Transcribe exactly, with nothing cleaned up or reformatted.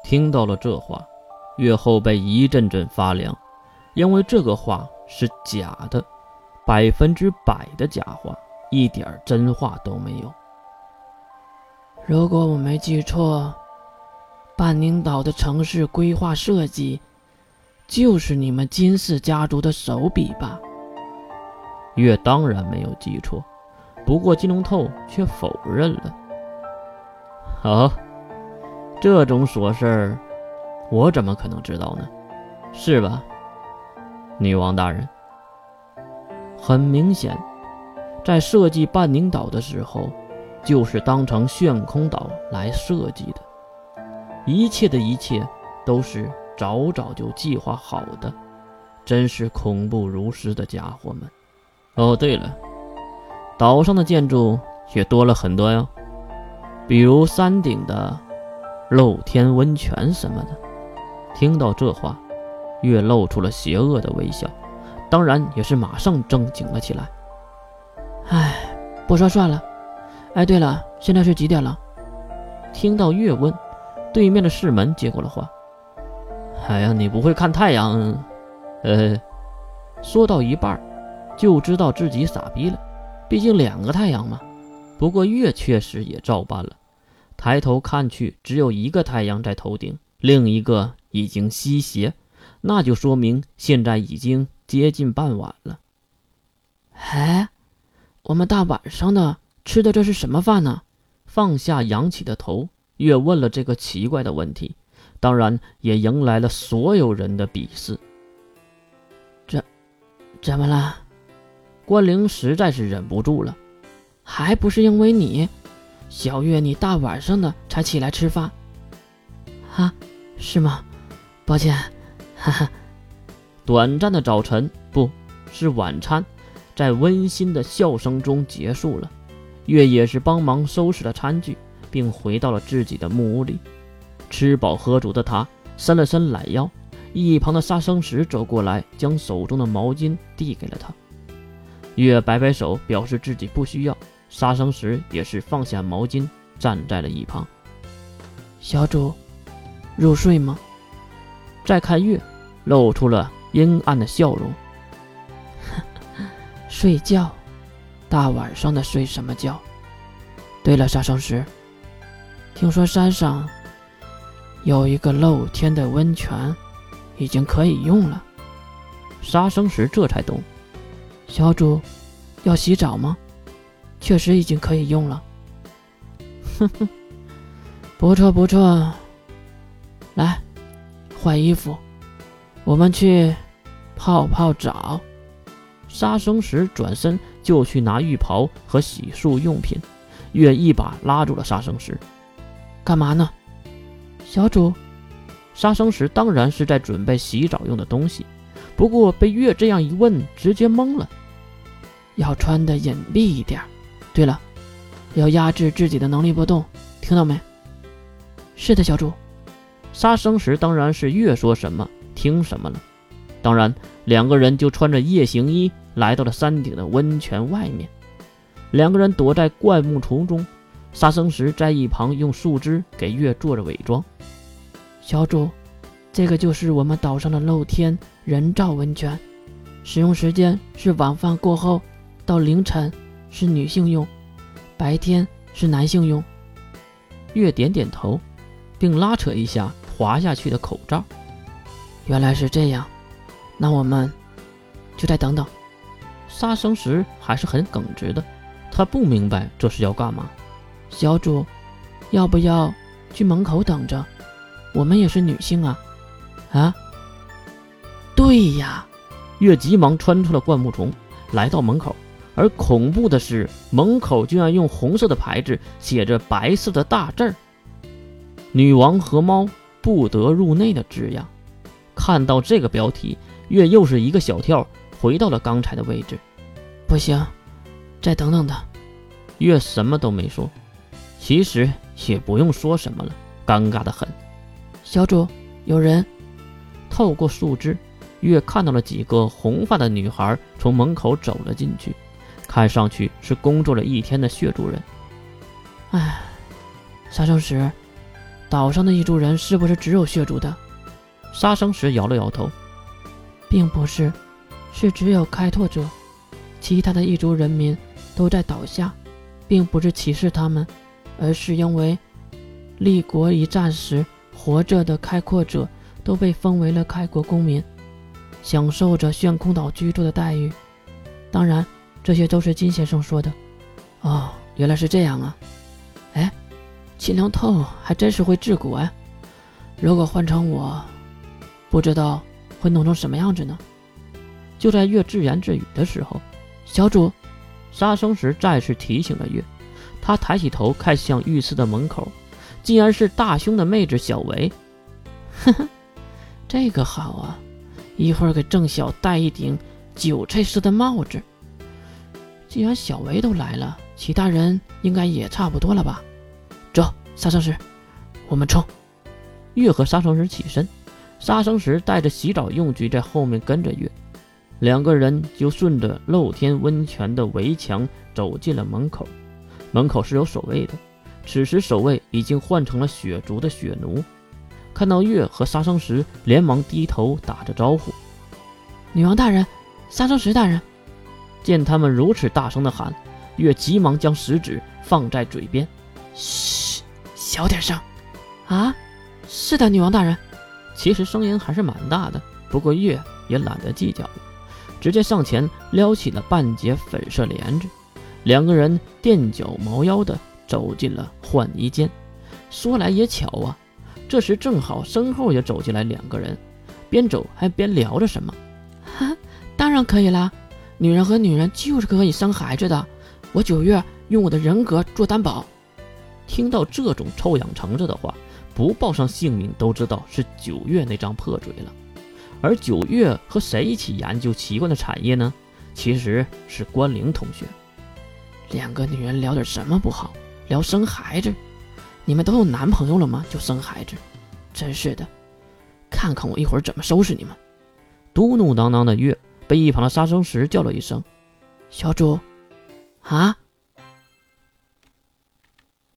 听到了这话，月后背一阵阵发凉，因为这个话是假的，百分之百的假话，一点真话都没有。 如果我没记错，半宁岛的城市规划设计就是你们金氏家族的手笔吧？ 月当然没有记错，不过金龙透却否认了。哦，这种琐事儿我怎么可能知道呢？是吧，女王大人？很明显，在设计半宁岛的时候，就是当成旋空岛来设计的，一切的一切都是早早就计划好的，真是恐怖如斯的家伙们。哦，对了，岛上的建筑也多了很多哟，比如山顶的露天温泉什么的。听到这话，月露出了邪恶的微笑，当然也是马上正经了起来。 唉，不说算了。哎，对了，现在是几点了？ 听到月问，对面的侍门接过了话。哎呀，你不会看太阳？呃，说到一半就知道自己傻逼了，毕竟两个太阳嘛。不过月确实也照办了，抬头看去，只有一个太阳在头顶，另一个已经西斜，那就说明现在已经接近傍晚了。 哎，我们大晚上的吃的这是什么饭呢？ 放下扬起的头，月问了这个奇怪的问题，当然也迎来了所有人的鄙视。 这怎么了？ 关灵实在是忍不住了。 还不是因为你，小月你大晚上的才起来吃饭啊？是吗？抱歉，哈哈。 短暂的早晨，不是晚餐，在温馨的笑声中结束了。月也是帮忙收拾了餐具，并回到了自己的木屋里。吃饱喝足的他伸了伸懒腰，一旁的杀生石走过来，将手中的毛巾递给了他。月摆摆手表示自己不需要，杀生石也是放下毛巾，站在了一旁。 小主，入睡吗？ 再看月，露出了阴暗的笑容。 睡觉？大晚上的睡什么觉？对了，杀生石，听说山上有一个露天的温泉，已经可以用了。 杀生石这才懂。 小主，要洗澡吗？确实已经可以用了。哼哼，不错不错。来，换衣服，我们去泡泡澡。 杀生石转身就去拿浴袍和洗漱用品，月一把拉住了杀生石。 干嘛呢？小主。 杀生石当然是在准备洗澡用的东西，不过被月这样一问，直接懵了。 要穿得隐蔽一点。对了，要压制自己的能力波动，听到没？是的，小主。 杀生石当然是月说什么听什么了。当然，两个人就穿着夜行衣来到了山顶的温泉外面。两个人躲在灌木丛中，杀生石在一旁用树枝给月做着伪装。 小主，这个就是我们岛上的露天人造温泉，使用时间是晚饭过后到凌晨，是女性用，白天是男性用。 月点点头，并拉扯一下滑下去的口罩。 原来是这样，那我们就再等等。 杀生石还是很耿直的，他不明白这是要干嘛。 小主，要不要去门口等着？我们也是女性啊。啊？对呀。 月急忙穿出了灌木丛，来到门口。而恐怖的是，门口居然用红色的牌子写着白色的大字儿“女王和猫不得入内”的字样。看到这个标题，月又是一个小跳，回到了刚才的位置。 不行，再等等他。 月什么都没说，其实也不用说什么了，尴尬得很。 小主，有人。 透过树枝，月看到了几个红发的女孩从门口走了进去，看上去是工作了一天的血主人。 唉，杀生石， 岛上的异族人是不是只有血族的？ 杀生石摇了摇头， 并不是，是只有开拓者，其他的异族人民都在岛下，并不是歧视他们，而是因为立国一战时活着的开阔者都被封为了开国公民，享受着悬空岛居住的待遇。当然，这些都是金先生说的。哦，原来是这样啊！哎，秦良透还真是会治国呀！如果换成我，不知道会弄成什么样子呢？ 就在月自言自语的时候， 小主， 杀生石再次提醒了月。他抬起头看向浴室的门口，竟然是大胸的妹子小维。 呵呵，这个好啊，一会儿给郑晓戴一顶韭菜色的帽子。既然小维都来了，其他人应该也差不多了吧？走，杀生石，我们冲！ 月和杀生石起身，杀生石带着洗澡用具在后面跟着月，两个人就顺着露天温泉的围墙走进了门口。门口是有守卫的，此时守卫已经换成了血族的血奴。看到月和杀生石，连忙低头打着招呼： 女王大人，杀生石大人。 见他们如此大声的喊，月急忙将食指放在嘴边： 嘘，小点声。啊，是的，女王大人。 其实声音还是蛮大的，不过月也懒得计较了，直接上前撩起了半截粉色帘子，两个人垫脚猫腰的走进了换衣间。说来也巧啊，这时正好身后也走进来两个人，边走还边聊着什么。 哈，当然可以啦，女人和女人就是可以生孩子的，我九月用我的人格做担保。 听到这种臭氧橙子的话，不报上姓名都知道是九月那张破嘴了。而九月和谁一起研究奇观的产业呢？其实是关灵同学。 两个女人聊点什么不好？聊生孩子？你们都有男朋友了吗？就生孩子？真是的，看看我一会儿怎么收拾你们！ 嘟嘟囔囔的月被一旁的杀生石叫了一声： 小主。啊，